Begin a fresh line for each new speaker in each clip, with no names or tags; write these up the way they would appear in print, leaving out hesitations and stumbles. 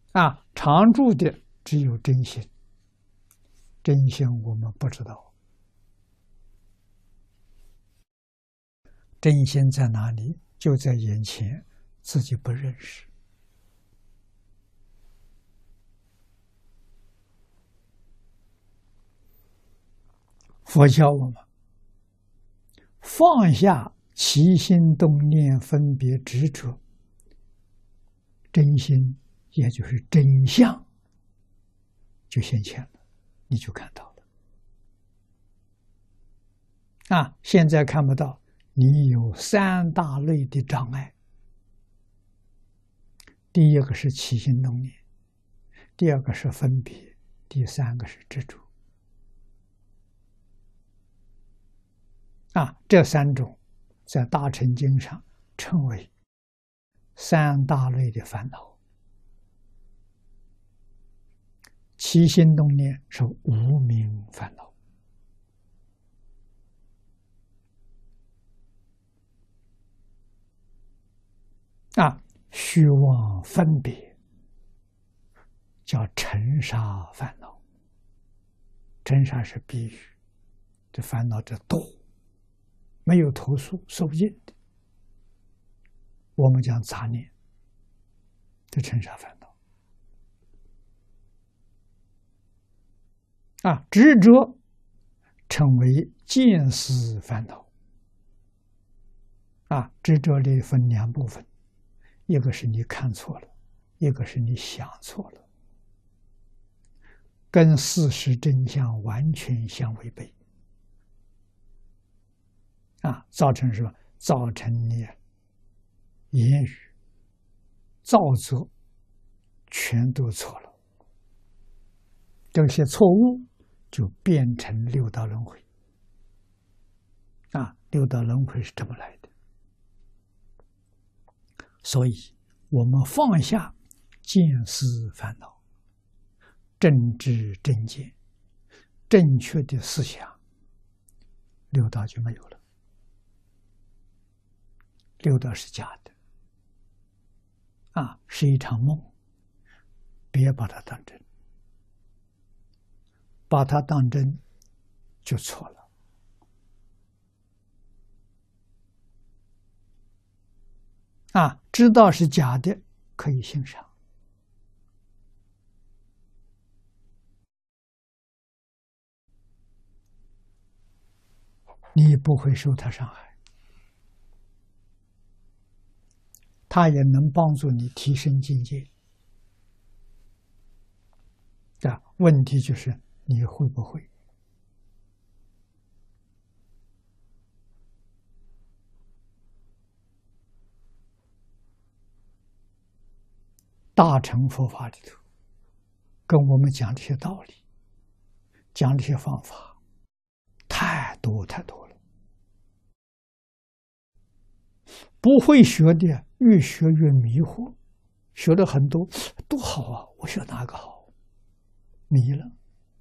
常住的只有真心，真心我们不知道，真心在哪里？就在眼前，自己不认识。佛教我们放下起心动念、分别执着，真心也就是真相就现前了，你就看到了。现在看不到，你有三大类的障碍。第一个是起心动念，第二个是分别，第三个是执着。这三种在大乘经上称为三大类的烦恼。起心动念是无明烦恼，虚妄分别叫尘沙烦恼。尘沙是比喻，这烦恼这多，没有头数说不尽的。我们讲杂念，这尘沙烦恼。执着称为见思烦恼。执着里分两部分，一个是你看错了，一个是你想错了，跟事实真相完全相违背。造成什么？造成你言语造作全都错了，这些错误就变成六道轮回。六道轮回是这么来的。所以我们放下见思烦恼，正知正见，正确的思想，六道就没有了。六道是假的，是一场梦，别把它当真，把它当真就错了。知道是假的，可以欣赏。你不会受他伤害，他也能帮助你提升境界。问题就是你会不会？大乘佛法里头跟我们讲这些道理，讲这些方法太多太多了，不会学的越学越迷惑，学了很多多好啊，我学哪个好？迷了。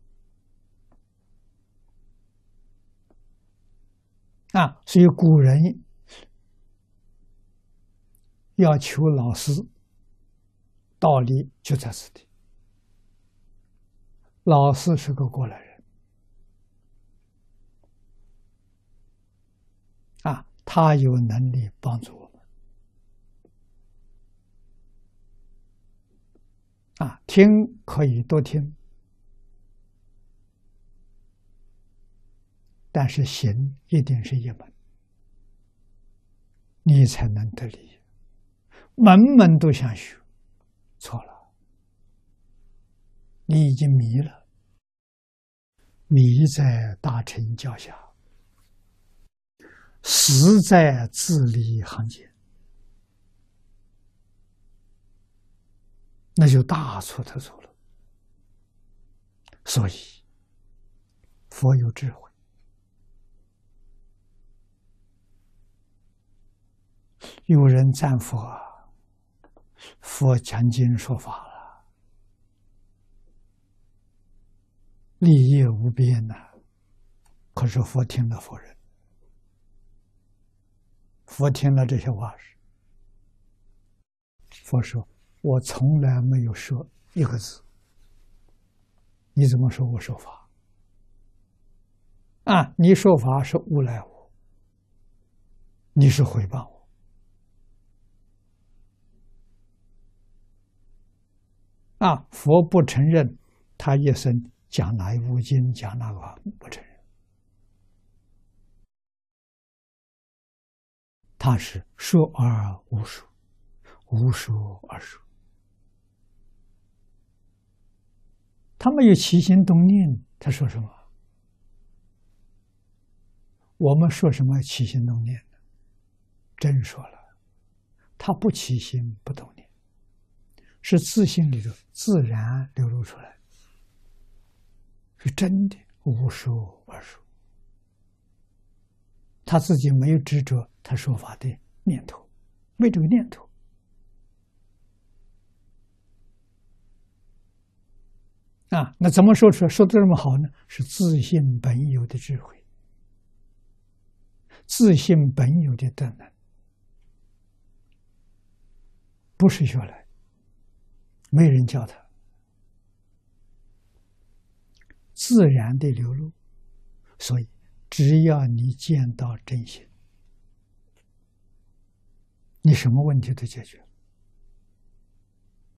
所以古人要求老师，道理就在此地。老师是个过来人，他有能力帮助我们。听可以多听，但是行一定是一门，你才能得利。门门都想学，错了，你已经迷了，迷在大乘教下，死在自利行间，那就大错特错了。所以佛有智慧，有人赞佛，佛讲经说法了，立业无边呐。可是佛听了否认，佛听了这些话时，佛说：“我从来没有说一个字，你怎么说我说法？啊，你说法是诬赖我，你是诽谤我。啊，佛不承认他一生讲哪一部经，讲哪个不承认，他是说而无说，无说而说。他没有起心动念，他说什么？我们说什么起心动念呢？真说了，他不起心不动念，是自信里头自然流露出来，是真的无说而说。他自己没有执着他说法的念头，没这个念头。啊，那怎么说出来？说的这么好呢？是自信本有的智慧，自信本有的德能，不是学来，没人教他，自然的流露。所以，只要你见到真心，你什么问题都解决。